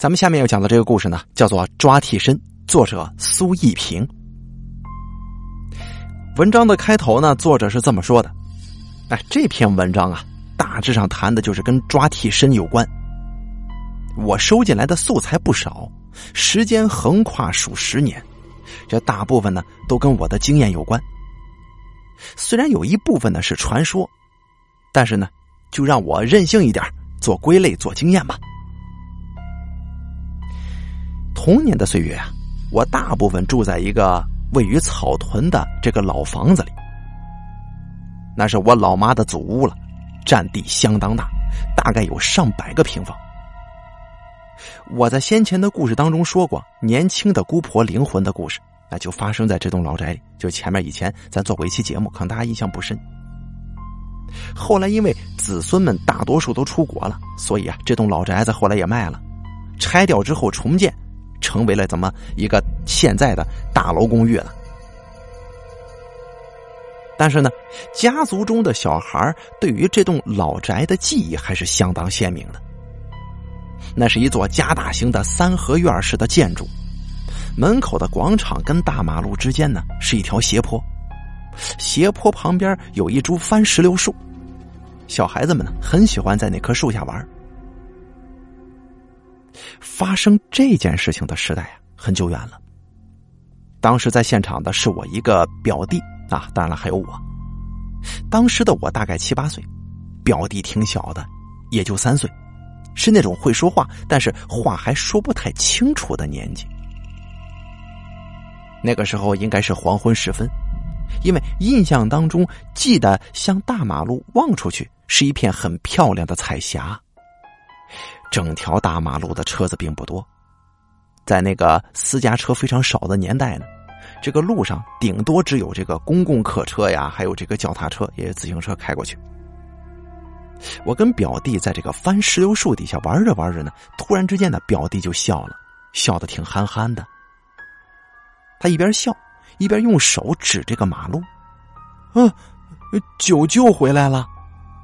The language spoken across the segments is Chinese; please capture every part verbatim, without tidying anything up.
咱们下面要讲的这个故事呢，叫做《抓替身》，作者苏一平。文章的开头呢，作者是这么说的：哎，这篇文章啊，大致上谈的就是跟抓替身有关。我收进来的素材不少，时间横跨数十年，这大部分呢都跟我的经验有关。虽然有一部分呢是传说，但是呢，就让我任性一点，做归类，做经验吧。童年的岁月啊，我大部分住在一个位于草屯的这个老房子里，那是我老妈的祖屋了，占地相当大，大概有上百个平方。我在先前的故事当中说过，年轻的姑婆灵魂的故事，那就发生在这栋老宅里。就前面以前咱做过一期节目，可能大家印象不深。后来因为子孙们大多数都出国了，所以啊，这栋老宅子后来也卖了，拆掉之后重建，成为了怎么一个现在的大楼公寓了。但是呢，家族中的小孩对于这栋老宅的记忆还是相当鲜明的。那是一座加大型的三合院式的建筑，门口的广场跟大马路之间呢是一条斜坡，斜坡旁边有一株番石榴树，小孩子们呢很喜欢在那棵树下玩。发生这件事情的时代啊，很久远了。当时在现场的是我一个表弟啊，当然了还有我。当时的我大概七八岁，表弟挺小的，也就三岁，是那种会说话，但是话还说不太清楚的年纪。那个时候应该是黄昏时分，因为印象当中记得向大马路望出去是一片很漂亮的彩霞。整条大马路的车子并不多，在那个私家车非常少的年代呢，这个路上顶多只有这个公共客车呀，还有这个脚踏车，也有自行车开过去。我跟表弟在这个番石榴树底下玩着玩着呢，突然之间呢，表弟就笑了，笑得挺憨憨的。他一边笑一边用手指这个马路，啊，舅舅回来了。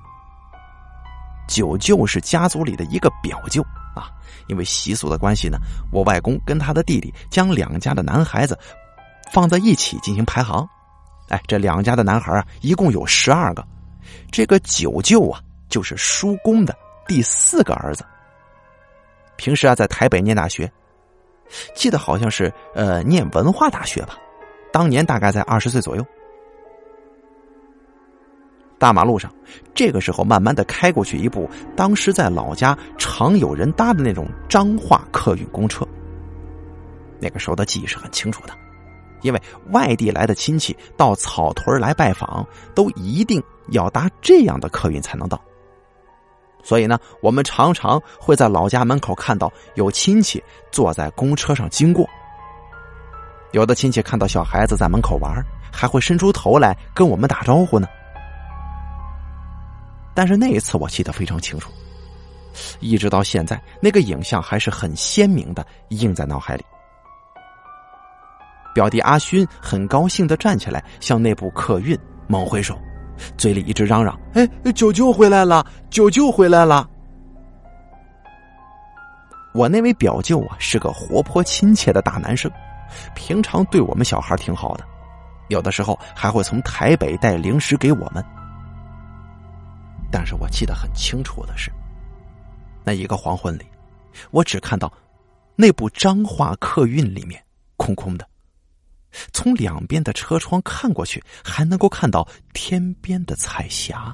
舅舅是家族里的一个表舅啊，因为习俗的关系呢，我外公跟他的弟弟将两家的男孩子放在一起进行排行。哎，这两家的男孩啊，一共有十二个，这个舅舅啊，就是叔公的第四个儿子。平时啊，在台北念大学，记得好像是呃念文化大学吧，当年大概在二十岁左右。大马路上，这个时候慢慢的开过去一部当时在老家常有人搭的那种彰化客运公车。那个时候的记忆是很清楚的，因为外地来的亲戚到草屯来拜访，都一定要搭这样的客运才能到。所以呢，我们常常会在老家门口看到有亲戚坐在公车上经过。有的亲戚看到小孩子在门口玩，还会伸出头来跟我们打招呼呢。但是那一次我记得非常清楚，一直到现在，那个影像还是很鲜明的印在脑海里。表弟阿勋很高兴地站起来，向那部客运猛挥手，嘴里一直嚷嚷：“哎，舅舅回来了，舅舅回来了！”我那位表舅啊，是个活泼亲切的大男生，平常对我们小孩挺好的，有的时候还会从台北带零食给我们。但是我记得很清楚的是，那一个黄昏里，我只看到那部彰化客运里面空空的，从两边的车窗看过去，还能够看到天边的彩霞。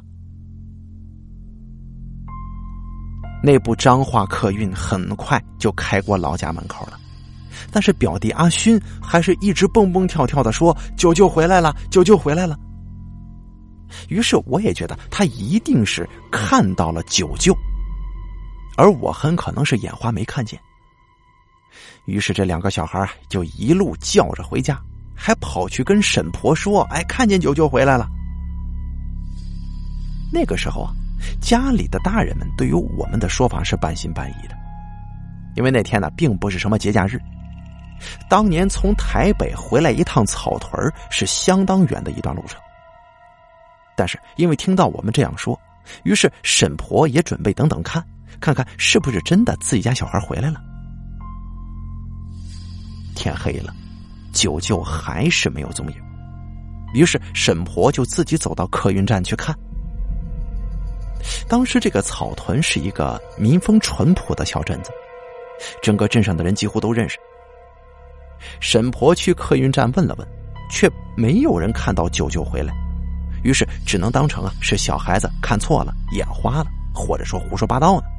那部彰化客运很快就开过老家门口了，但是表弟阿勋还是一直蹦蹦跳跳的说：“舅舅回来了，舅舅回来了。”于是我也觉得他一定是看到了舅舅，而我很可能是眼花没看见。于是这两个小孩就一路叫着回家，还跑去跟婶婆说：“哎，看见舅舅回来了。”那个时候啊，家里的大人们对于我们的说法是半信半疑的，因为那天呢并不是什么节假日。当年从台北回来一趟草屯是相当远的一段路程。但是因为听到我们这样说，于是沈婆也准备等等看，看看是不是真的自己家小孩回来了。 天黑了，九舅还是没有踪影，于是沈婆就自己走到客运站去看。当时这个草屯是一个民风淳朴的小镇子，整个镇上的人几乎都认识。沈婆去客运站问了问，却没有人看到九舅回来，于是只能当成啊是小孩子看错了，眼花了，或者说胡说八道呢。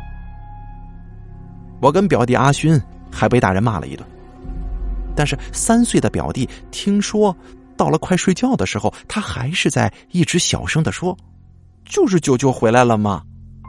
我跟表弟阿勋还被大人骂了一顿，但是三岁的表弟听说到了快睡觉的时候，他还是在一直小声地说，就是九舅回来了吗？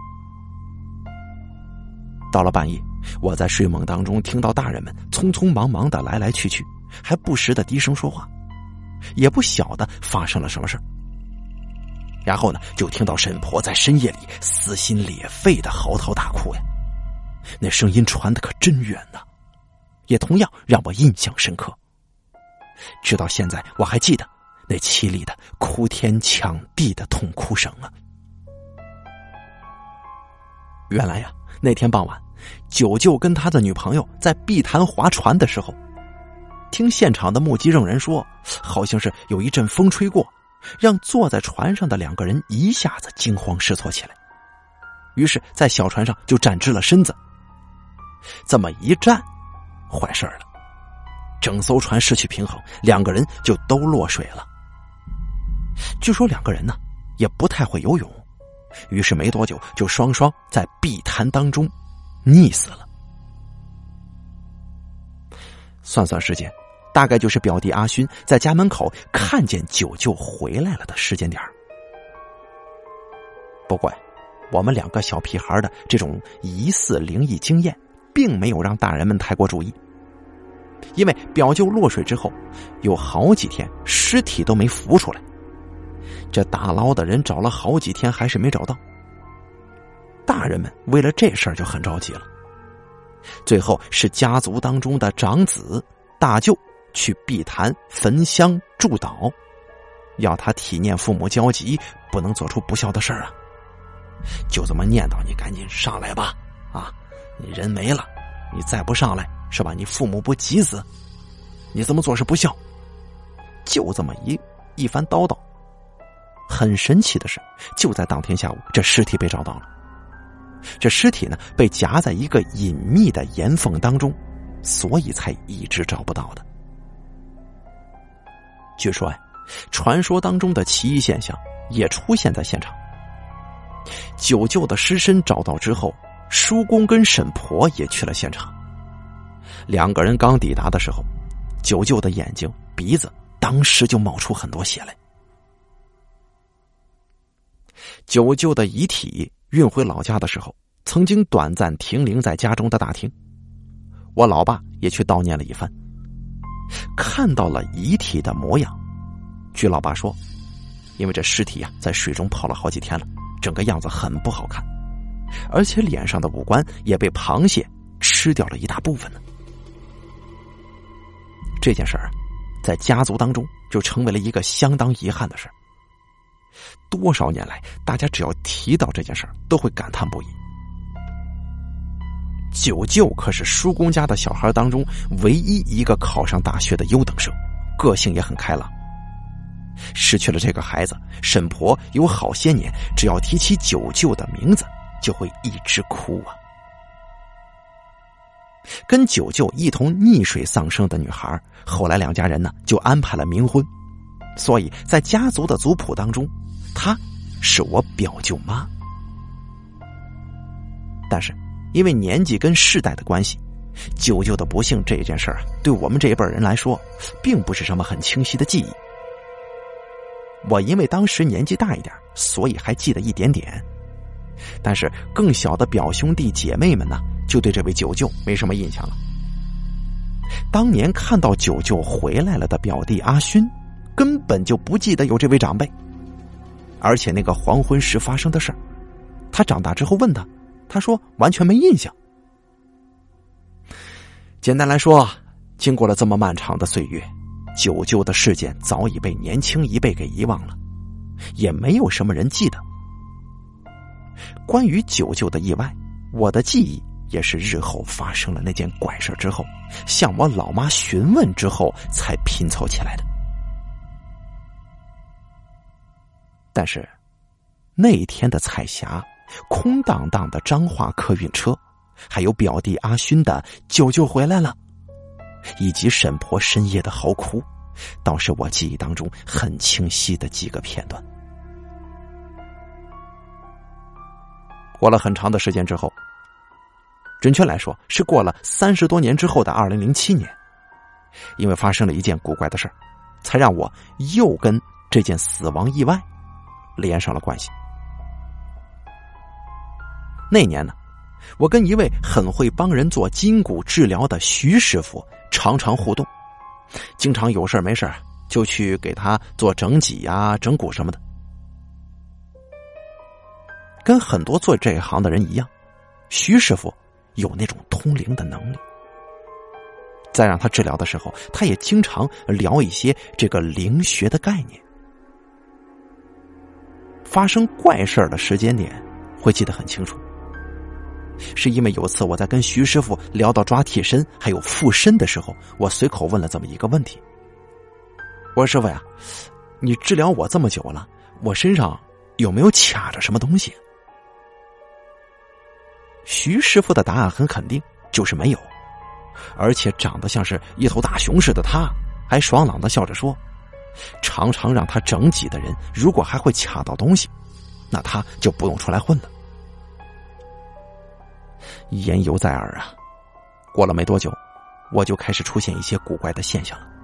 到了半夜，我在睡梦当中听到大人们匆匆忙忙的来来去去，还不时的低声说话，也不晓得发生了什么事。然后呢，就听到沈婆在深夜里撕心裂肺的嚎啕大哭呀，那声音传得可真远呐，也同样让我印象深刻。直到现在我还记得那凄厉的哭天抢地的痛哭声啊。原来呀，那天傍晚，九舅跟他的女朋友在碧潭划船的时候，听现场的目击证人说，好像是有一阵风吹过，让坐在船上的两个人一下子惊慌失措起来，于是在小船上就站直了身子。这么一站，坏事了，整艘船失去平衡，两个人就都落水了。据说两个人呢也不太会游泳，于是没多久就双双在碧潭当中溺死了。算算时间，大概就是表弟阿勋在家门口看见九舅回来了的时间点。不怪我们两个小屁孩的这种疑似灵异经验，并没有让大人们太过注意，因为表舅落水之后有好几天尸体都没浮出来，这打捞的人找了好几天还是没找到。大人们为了这事儿就很着急了，最后是家族当中的长子大舅去碧潭焚香祝祷，要他体念父母交集，不能做出不孝的事儿啊。就这么念叨，你赶紧上来吧，啊，你人没了，你再不上来是吧，你父母不急死，你这么做是不孝。就这么一一番叨叨。很神奇的是，就在当天下午，这尸体被找到了。这尸体呢，被夹在一个隐秘的岩缝当中，所以才一直找不到的。据说呀，传说当中的奇异现象也出现在现场。九舅的尸身找到之后，叔公跟沈婆也去了现场。两个人刚抵达的时候，九舅的眼睛、鼻子当时就冒出很多血来。九舅的遗体运回老家的时候，曾经短暂停灵在家中的大厅，我老爸也去悼念了一番，看到了遗体的模样。据老爸说，因为这尸体啊在水中泡了好几天了，整个样子很不好看，而且脸上的五官也被螃蟹吃掉了一大部分呢。这件事儿在家族当中就成为了一个相当遗憾的事儿。多少年来，大家只要提到这件事儿，都会感叹不已。九舅可是叔公家的小孩当中唯一一个考上大学的优等生，个性也很开朗。失去了这个孩子，沈婆有好些年，只要提起九舅的名字，就会一直哭啊。跟九舅一同溺水丧生的女孩，后来两家人呢就安排了冥婚，所以在家族的族谱当中，她是我表舅妈。但是因为年纪跟世代的关系，九舅的不幸这件事儿对我们这一辈人来说并不是什么很清晰的记忆。我因为当时年纪大一点，所以还记得一点点，但是更小的表兄弟姐妹们呢，就对这位九舅没什么印象了。当年看到九舅回来了的表弟阿勋，根本就不记得有这位长辈，而且那个黄昏时发生的事儿，他长大之后问他，他说完全没印象。简单来说，经过了这么漫长的岁月，九舅的事件早已被年轻一辈给遗忘了，也没有什么人记得。关于九舅的意外，我的记忆也是日后发生了那件怪事之后，向我老妈询问之后才拼凑起来的。但是那天的彩霞，空荡荡的彰化客运车，还有表弟阿勋的舅舅回来了，以及沈婆深夜的嚎哭，倒是我记忆当中很清晰的几个片段。过了很长的时间之后，准确来说是过了三十多年之后的二零零七年，因为发生了一件古怪的事儿，才让我又跟这件死亡意外连上了关系。那年呢，我跟一位很会帮人做筋骨治疗的徐师傅常常互动，经常有事没事就去给他做整脊呀、整骨什么的。跟很多做这一行的人一样，徐师傅有那种通灵的能力。在让他治疗的时候，他也经常聊一些这个灵学的概念。发生怪事的时间点会记得很清楚，是因为有次我在跟徐师傅聊到抓替身还有附身的时候，我随口问了这么一个问题：我说师傅呀，你治疗我这么久了，我身上有没有卡着什么东西？徐师傅的答案很肯定，就是没有。而且长得像是一头大熊似的他，还爽朗的笑着说，常常让他整脊的人，如果还会卡到东西，那他就不用出来混了。言犹在耳啊，过了没多久，我就开始出现一些古怪的现象了。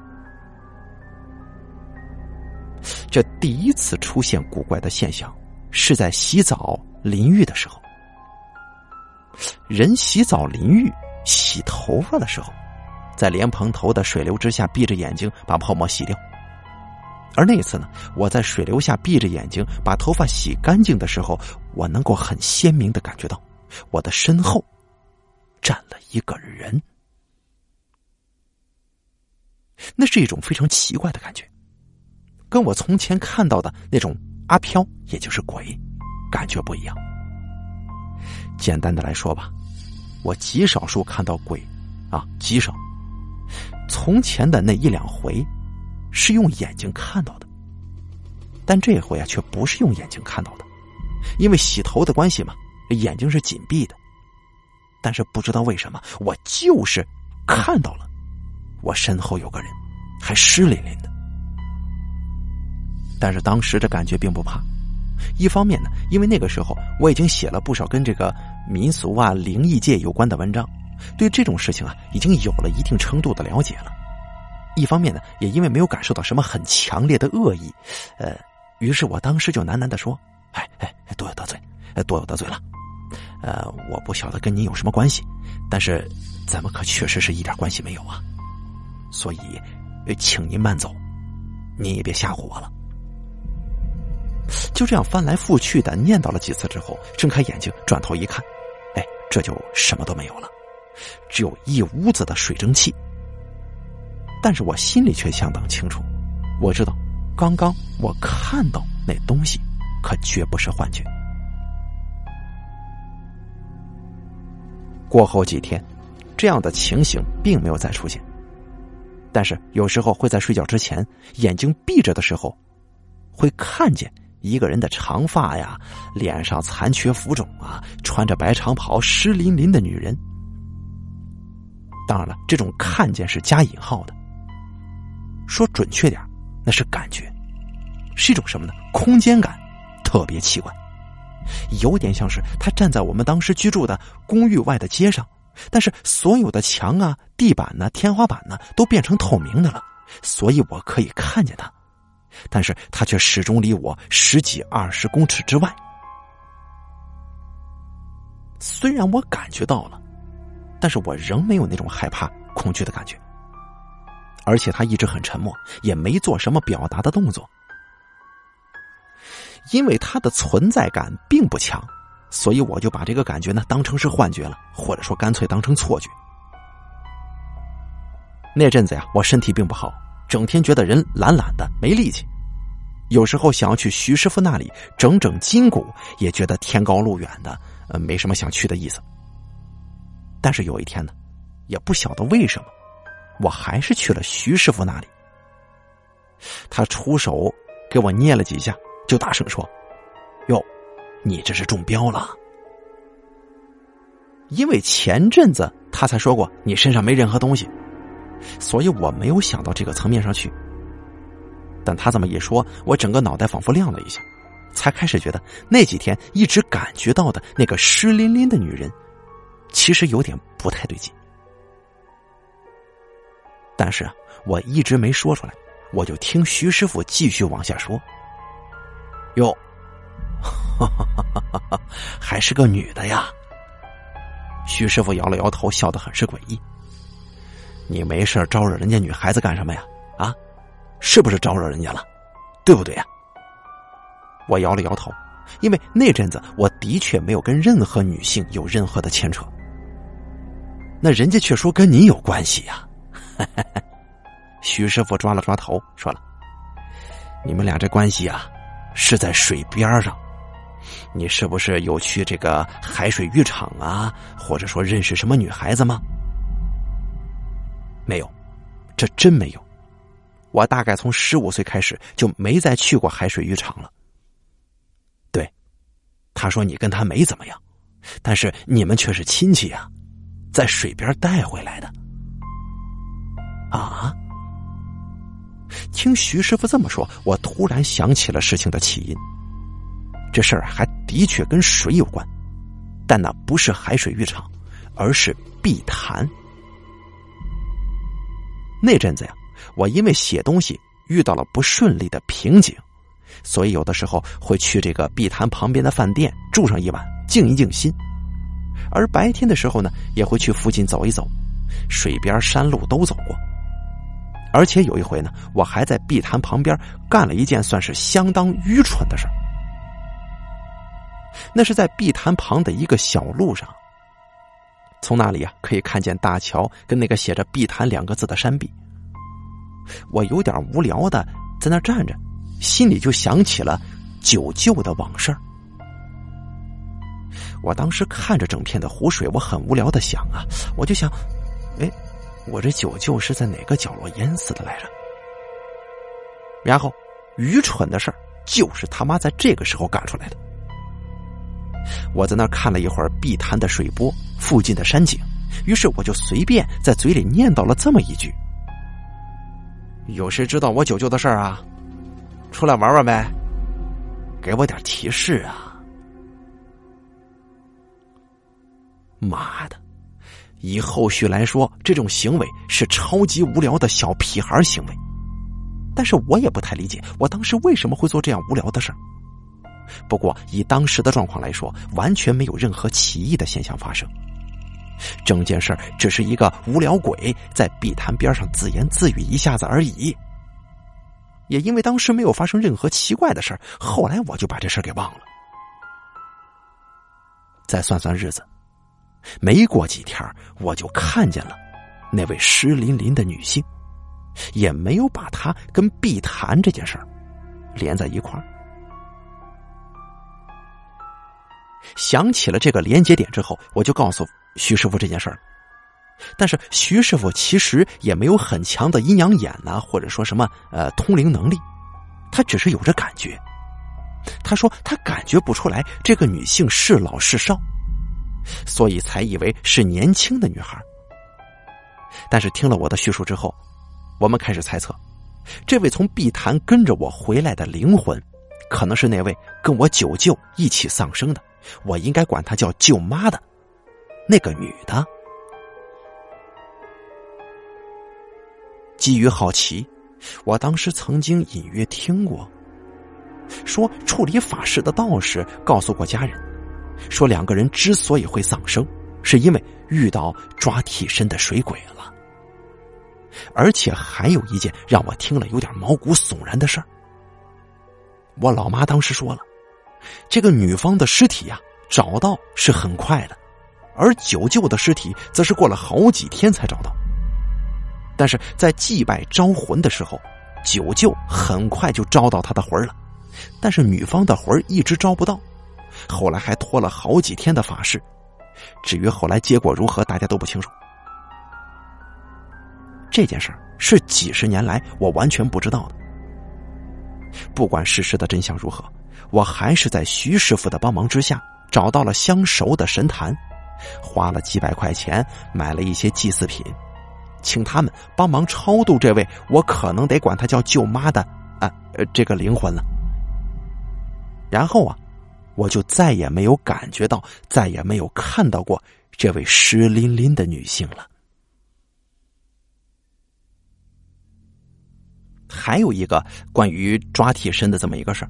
这第一次出现古怪的现象是在洗澡淋浴的时候。人洗澡淋浴洗头发的时候，在莲蓬头的水流之下闭着眼睛把泡沫洗掉。而那一次呢，我在水流下闭着眼睛把头发洗干净的时候，我能够很鲜明地感觉到我的身后站了一个人。那是一种非常奇怪的感觉，跟我从前看到的那种阿飘，也就是鬼，感觉不一样。简单的来说吧，我极少数看到鬼啊，极少。从前的那一两回是用眼睛看到的，但这回啊却不是用眼睛看到的，因为洗头的关系嘛，眼睛是紧闭的。但是不知道为什么，我就是看到了我身后有个人，还湿淋淋的。但是当时这感觉并不怕，一方面呢，因为那个时候我已经写了不少跟这个民俗啊、灵异界有关的文章，对这种事情啊已经有了一定程度的了解了。一方面呢，也因为没有感受到什么很强烈的恶意，呃，于是我当时就喃喃地说：“哎哎，多有得罪，多有得罪了。呃，我不晓得跟您有什么关系，但是咱们可确实是一点关系没有啊。所以，请您慢走，您也别吓唬我了。”就这样翻来覆去的念叨了几次之后，睁开眼睛转头一看，哎，这就什么都没有了，只有一屋子的水蒸气。但是我心里却相当清楚，我知道刚刚我看到那东西可绝不是幻觉。过后几天，这样的情形并没有再出现，但是有时候会在睡觉之前眼睛闭着的时候，会看见一个人的长发呀，脸上残缺浮肿啊，穿着白长袍，湿淋淋的女人。当然了，这种看见是加引号的，说准确点，那是感觉，是一种什么呢？空间感，特别奇怪，有点像是他站在我们当时居住的公寓外的街上，但是所有的墙啊、地板呢、天花板呢都变成透明的了，所以我可以看见他，但是他却始终离我十几二十公尺之外。虽然我感觉到了，但是我仍没有那种害怕恐惧的感觉，而且他一直很沉默，也没做什么表达的动作。因为他的存在感并不强，所以我就把这个感觉呢当成是幻觉了，或者说干脆当成错觉。那阵子呀，我身体并不好，整天觉得人懒懒的没力气，有时候想要去徐师傅那里整整筋骨，也觉得天高路远的，呃，没什么想去的意思。 但是有一天呢，也不晓得为什么，我还是去了徐师傅那里。他出手给我捏了几下，就大声说：“哟，你这是中标了。”因为前阵子他才说过你身上没任何东西，所以我没有想到这个层面上去。但他这么一说，我整个脑袋仿佛亮了一下，才开始觉得那几天一直感觉到的那个湿淋淋的女人其实有点不太对劲。但是啊，我一直没说出来，我就听徐师傅继续往下说：“哟，哈哈哈哈哈，还是个女的呀。”徐师傅摇了摇头，笑得很是诡异：“你没事招惹人家女孩子干什么呀？啊，是不是招惹人家了？对不对呀？”我摇了摇头，因为那阵子我的确没有跟任何女性有任何的牵扯。那人家却说跟你有关系呀。徐师傅抓了抓头，说了：“你们俩这关系啊，是在水边上。你是不是有去这个海水浴场啊，或者说认识什么女孩子吗？”没有，这真没有。我大概从十五岁开始就没再去过海水浴场了。对，他说你跟他没怎么样，但是你们却是亲戚啊，在水边带回来的。啊？听徐师傅这么说，我突然想起了事情的起因。这事儿还的确跟水有关，但那不是海水浴场，而是碧潭。那阵子呀，我因为写东西遇到了不顺利的瓶颈，所以有的时候会去这个碧潭旁边的饭店住上一晚，静一静心。而白天的时候呢，也会去附近走一走，水边山路都走过。而且有一回呢，我还在碧潭旁边干了一件算是相当愚蠢的事儿。那是在碧潭旁的一个小路上，从那里啊可以看见大桥跟那个写着碧潭两个字的山壁。我有点无聊的在那站着，心里就想起了九舅的往事。我当时看着整片的湖水，我很无聊的想啊，我就想，哎，我这九舅是在哪个角落淹死的来着？然后愚蠢的事儿就是他妈在这个时候干出来的。我在那儿看了一会儿碧潭的水波，附近的山景，于是我就随便在嘴里念叨了这么一句：“有谁知道我九舅的事儿啊？出来玩玩呗，给我点提示啊！”妈的，以后续来说，这种行为是超级无聊的小屁孩行为。但是我也不太理解，我当时为什么会做这样无聊的事儿。不过以当时的状况来说，完全没有任何奇异的现象发生。整件事只是一个无聊鬼在碧潭边上自言自语一下子而已。也因为当时没有发生任何奇怪的事，后来我就把这事给忘了。再算算日子，没过几天我就看见了那位湿淋淋的女性，也没有把她跟碧潭这件事连在一块儿。想起了这个连接点之后，我就告诉徐师傅这件事儿。但是徐师傅其实也没有很强的阴阳眼呐、啊，或者说什么呃通灵能力，他只是有着感觉。他说他感觉不出来这个女性是老是少，所以才以为是年轻的女孩。但是听了我的叙述之后，我们开始猜测，这位从碧潭跟着我回来的灵魂，可能是那位跟我九舅一起丧生的，我应该管她叫舅妈的那个女的。基于好奇，我当时曾经隐约听过，说处理法事的道士告诉过家人，说两个人之所以会丧生，是因为遇到抓替身的水鬼了。而且还有一件让我听了有点毛骨悚然的事儿。我老妈当时说了，这个女方的尸体呀、啊，找到是很快的，而九舅的尸体则是过了好几天才找到。但是在祭拜招魂的时候，九舅很快就招到他的魂了，但是女方的魂一直招不到，后来还拖了好几天的法事， 至于后来结果如何，大家都不清楚。这件事儿是几十年来我完全不知道的。不管事实的真相如何，我还是在徐师傅的帮忙之下找到了相熟的神坛，花了几百块钱买了一些祭祀品，请他们帮忙超度这位我可能得管他叫舅妈的啊呃这个灵魂了。然后啊，我就再也没有感觉到，再也没有看到过这位湿淋淋的女性了。还有一个关于抓替身的这么一个事儿。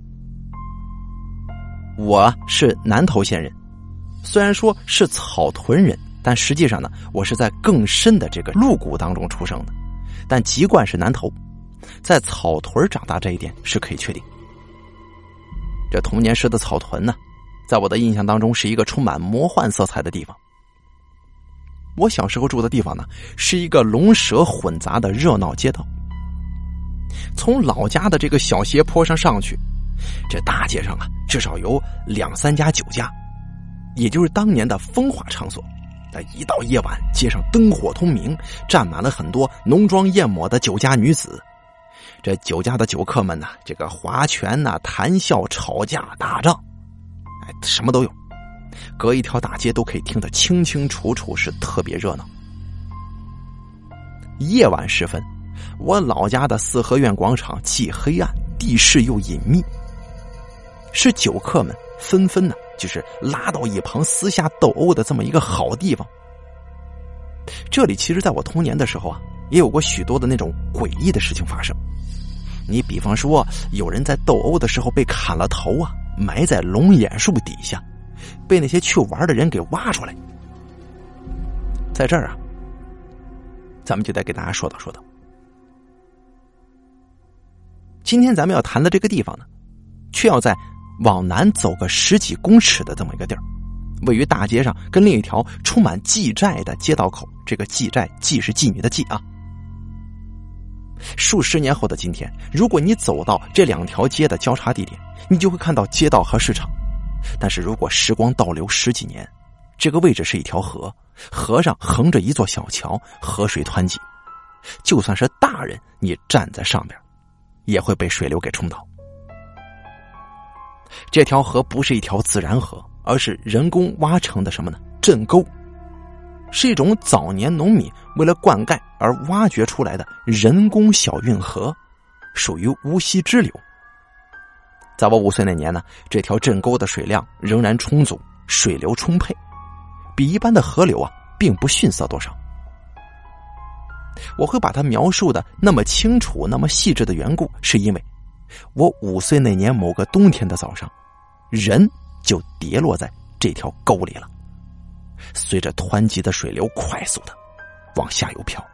我是南头县人，虽然说是草屯人，但实际上呢，我是在更深的这个鹿谷当中出生的，但籍贯是南头，在草屯长大这一点是可以确定。这童年时的草屯呢，在我的印象当中是一个充满魔幻色彩的地方。我小时候住的地方呢，是一个龙蛇混杂的热闹街道。从老家的这个小斜坡上上去，这大街上啊，至少有两三家酒家，也就是当年的风化场所。一到夜晚，街上灯火通明，站满了很多浓妆艳抹的酒家女子。这酒家的酒客们呢，这个划拳呐、谈笑、吵架、打仗，哎，什么都有。隔一条大街都可以听得清清楚楚，是特别热闹。夜晚时分，我老家的四合院广场既黑暗，地势又隐秘，是酒客们纷纷呢，就是拉到一旁私下斗殴的这么一个好地方。这里其实在我童年的时候啊，也有过许多的那种诡异的事情发生。你比方说，有人在斗殴的时候被砍了头啊，埋在龙眼树底下，被那些去玩的人给挖出来。在这儿啊，咱们就得给大家说道说道。今天咱们要谈的这个地方呢，却要在往南走个十几公尺的这么一个地儿，位于大街上跟另一条充满妓寨的街道口。这个妓寨，妓是妓女的妓啊。数十年后的今天，如果你走到这两条街的交叉地点，你就会看到街道和市场。但是如果时光倒流十几年，这个位置是一条河，河上横着一座小桥，河水湍急，就算是大人，你站在上面也会被水流给冲倒。这条河不是一条自然河，而是人工挖成的什么呢？镇沟，是一种早年农民为了灌溉而挖掘出来的人工小运河，属于无溪支流。在我五岁那年呢，这条镇沟的水量仍然充足，水流充沛，比一般的河流啊并不逊色多少。我会把它描述的那么清楚那么细致的缘故，是因为我五岁那年某个冬天的早上，人就跌落在这条沟里了，随着湍急的水流快速的往下游漂。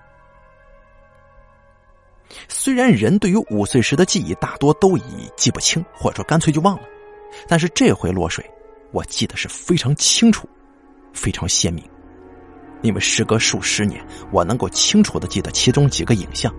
虽然人对于五岁时的记忆大多都已记不清，或者说干脆就忘了，但是这回落水我记得是非常清楚，非常鲜明。因为时隔数十年，我能够清楚地记得其中几个影像。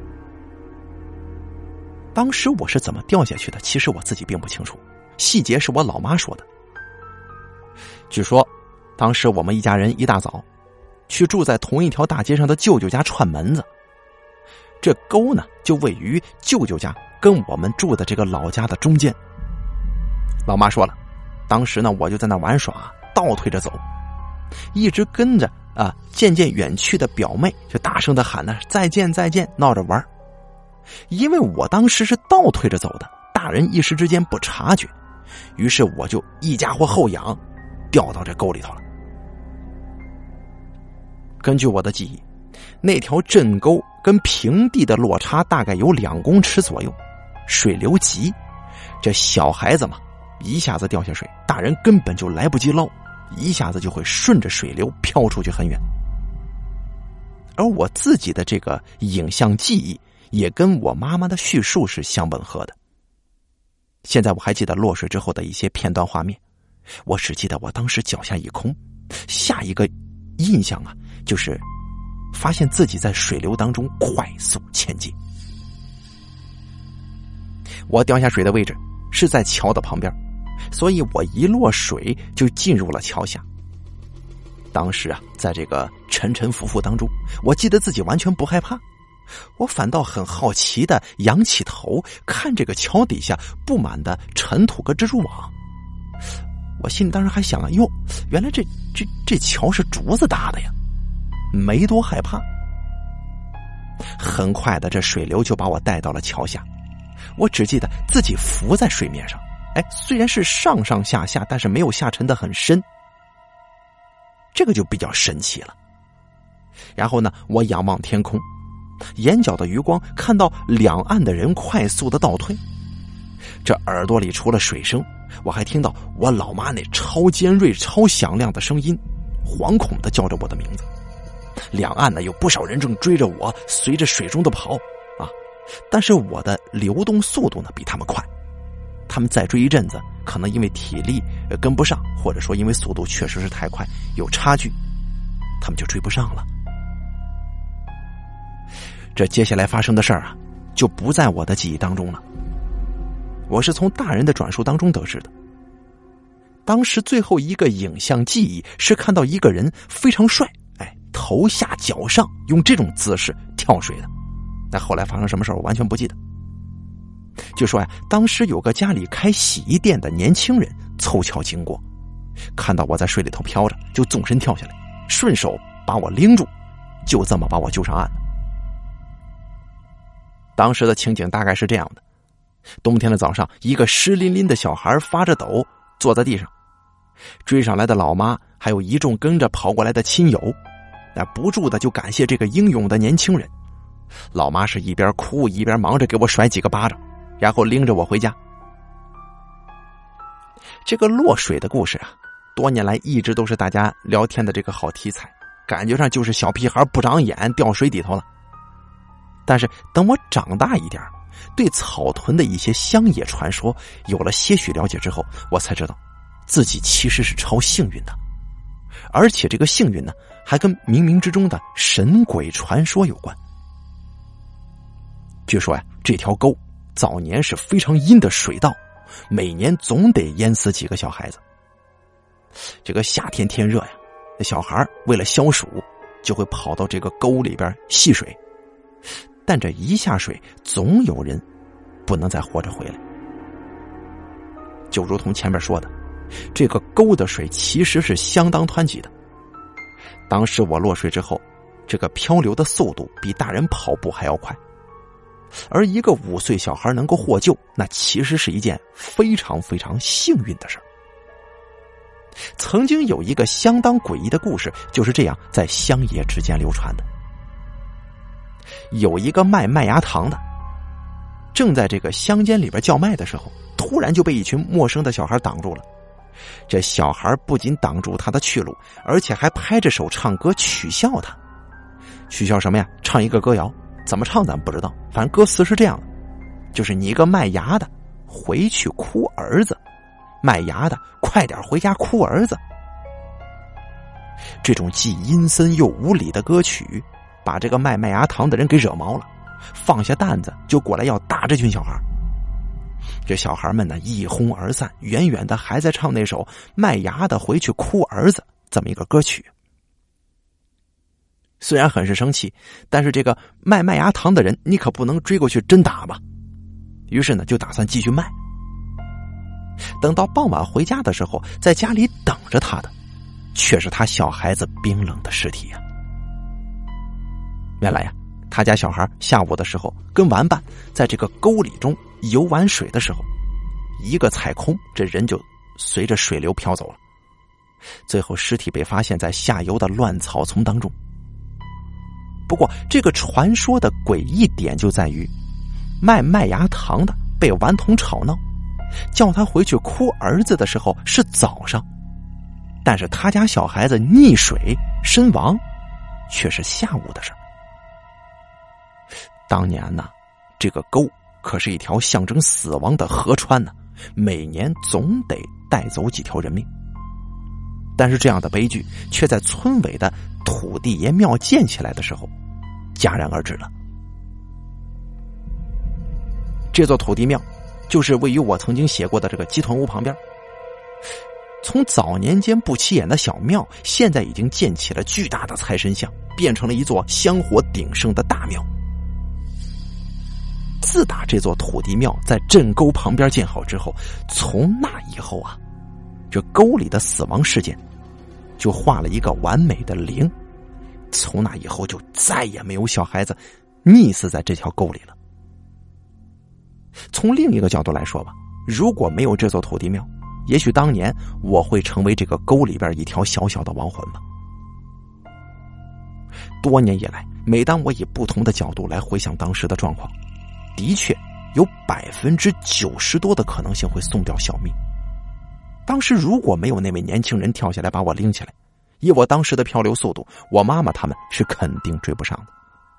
当时我是怎么掉下去的，其实我自己并不清楚，细节是我老妈说的。据说当时我们一家人一大早去住在同一条大街上的舅舅家串门子，这沟呢就位于舅舅家跟我们住的这个老家的中间。老妈说了，当时呢我就在那玩耍，倒退着走，一直跟着啊渐渐远去的表妹就大声的喊呢再见再见，闹着玩。因为我当时是倒退着走的，大人一时之间不察觉，于是我就一家伙后仰掉到这沟里头了。根据我的记忆，那条镇沟跟平地的落差大概有两公尺左右，水流急，这小孩子嘛一下子掉下水，大人根本就来不及捞，一下子就会顺着水流飘出去很远。而我自己的这个影像记忆也跟我妈妈的叙述是相吻合的。现在我还记得落水之后的一些片段画面，我只记得我当时脚下一空，下一个印象啊就是发现自己在水流当中快速前进。我掉下水的位置是在桥的旁边，所以我一落水就进入了桥下。 当时啊，在这个沉沉浮浮当中，我记得自己完全不害怕，我反倒很好奇的仰起头看这个桥底下布满的尘土和蜘蛛网。我心里当时还想啊，哟，原来这这这桥是竹子搭的呀，没多害怕。很快的，这水流就把我带到了桥下，我只记得自己浮在水面上，哎，虽然是上上下下，但是没有下沉得很深。这个就比较神奇了。然后呢，我仰望天空，眼角的余光看到两岸的人快速的倒退，这耳朵里除了水声，我还听到我老妈那超尖锐超响亮的声音，惶恐的叫着我的名字。两岸呢有不少人正追着我随着水中的跑啊，但是我的流动速度呢比他们快，他们再追一阵子，可能因为体力跟不上，或者说因为速度确实是太快有差距，他们就追不上了。这接下来发生的事儿啊，就不在我的记忆当中了，我是从大人的转述当中得知的。当时最后一个影像记忆是看到一个人非常帅，哎，头下脚上用这种姿势跳水的。但后来发生什么事儿我完全不记得。就说呀、啊，当时有个家里开洗衣店的年轻人凑巧经过，看到我在水里头飘着，就纵身跳下来，顺手把我拎住，就这么把我救上岸了。当时的情景大概是这样的：冬天的早上，一个湿淋淋的小孩发着抖坐在地上，追上来的老妈还有一众跟着跑过来的亲友，那不住的就感谢这个英勇的年轻人。老妈是一边哭一边忙着给我甩几个巴掌，然后拎着我回家。这个落水的故事啊，多年来一直都是大家聊天的这个好题材，感觉上就是小屁孩不长眼掉水底头了。但是等我长大一点，对草屯的一些乡野传说有了些许了解之后，我才知道自己其实是超幸运的，而且这个幸运呢，还跟冥冥之中的神鬼传说有关。据说呀、啊，这条沟早年是非常阴的水道，每年总得淹死几个小孩子。这个夏天天热呀，小孩为了消暑就会跑到这个沟里边戏水，但这一下水总有人不能再活着回来。就如同前面说的，这个沟的水其实是相当湍急的。当时我落水之后，这个漂流的速度比大人跑步还要快，而一个五岁小孩能够获救，那其实是一件非常非常幸运的事儿。曾经有一个相当诡异的故事就是这样在乡野之间流传的。有一个卖麦芽糖的，正在这个乡间里边叫卖的时候，突然就被一群陌生的小孩挡住了。这小孩不仅挡住他的去路，而且还拍着手唱歌取笑他。取笑什么呀？唱一个歌谣，怎么唱咱不知道，反正歌词是这样的，就是你一个卖芽的回去哭儿子，卖芽的快点回家哭儿子。这种既阴森又无理的歌曲把这个卖麦芽糖的人给惹毛了，放下担子就过来要打这群小孩。这小孩们呢一哄而散，远远的还在唱那首卖芽的回去哭儿子这么一个歌曲。虽然很是生气，但是这个卖麦芽糖的人你可不能追过去真打吧，于是呢就打算继续卖。等到傍晚回家的时候，在家里等着他的却是他小孩子冰冷的尸体呀、啊。原来呀，他家小孩下午的时候跟玩伴在这个沟里中游玩水的时候，一个踩空，这人就随着水流飘走了。最后尸体被发现在下游的乱草丛当中。不过这个传说的诡异点就在于，卖麦芽糖的被顽童吵闹，叫他回去哭儿子的时候是早上，但是他家小孩子溺水身亡却是下午的事。当年呢，这个沟可是一条象征死亡的河川呢，每年总得带走几条人命。但是这样的悲剧却在村委的土地爷庙建起来的时候戛然而止了。这座土地庙就是位于我曾经写过的这个鸡屯屋旁边。 从早年间不起眼的小庙，现在已经建起了巨大的财神像，变成了一座香火鼎盛的大庙。自打这座土地庙在镇沟旁边建好之后，从那以后啊，这沟里的死亡事件就画了一个完美的零。从那以后就再也没有小孩子溺死在这条沟里了。从另一个角度来说吧，如果没有这座土地庙，也许当年我会成为这个沟里边一条小小的亡魂吧。多年以来，每当我以不同的角度来回想当时的状况，的确有百分之九十多的可能性会送掉小命。当时如果没有那位年轻人跳下来把我拎起来，以我当时的漂流速度，我妈妈他们是肯定追不上的。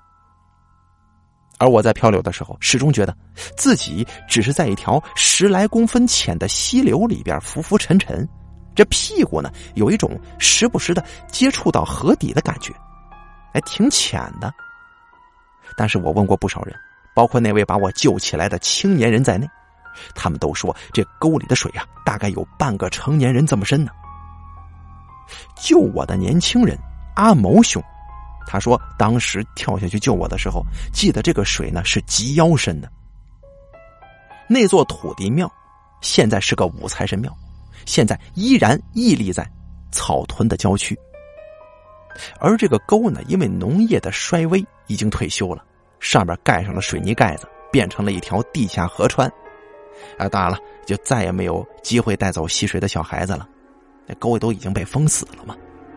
而我在漂流的时候，始终觉得自己只是在一条十来公分浅的溪流里边浮浮沉沉，这屁股呢有一种时不时的接触到河底的感觉，还挺浅的。但是我问过不少人，包括那位把我救起来的青年人在内，他们都说这沟里的水啊，大概有半个成年人这么深呢。救我的年轻人阿某兄，他说当时跳下去救我的时候，记得这个水呢是及腰深的。那座土地庙现在是个五财神庙，现在依然屹立在草屯的郊区。而这个沟呢，因为农业的衰微已经退休了，上面盖上了水泥盖子，变成了一条地下河川。啊，当然了，就再也没有机会带走戏水的小孩子了，那沟都已经被封死了嘛。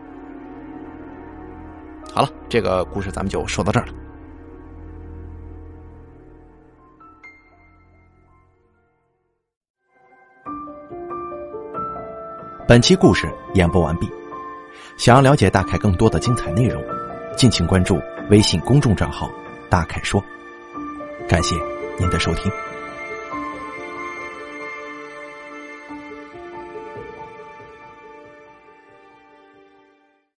好了，这个故事咱们就说到这儿了。本期故事演播完毕。想要了解大凯更多的精彩内容，敬请关注微信公众账号大凯说。感谢您的收听。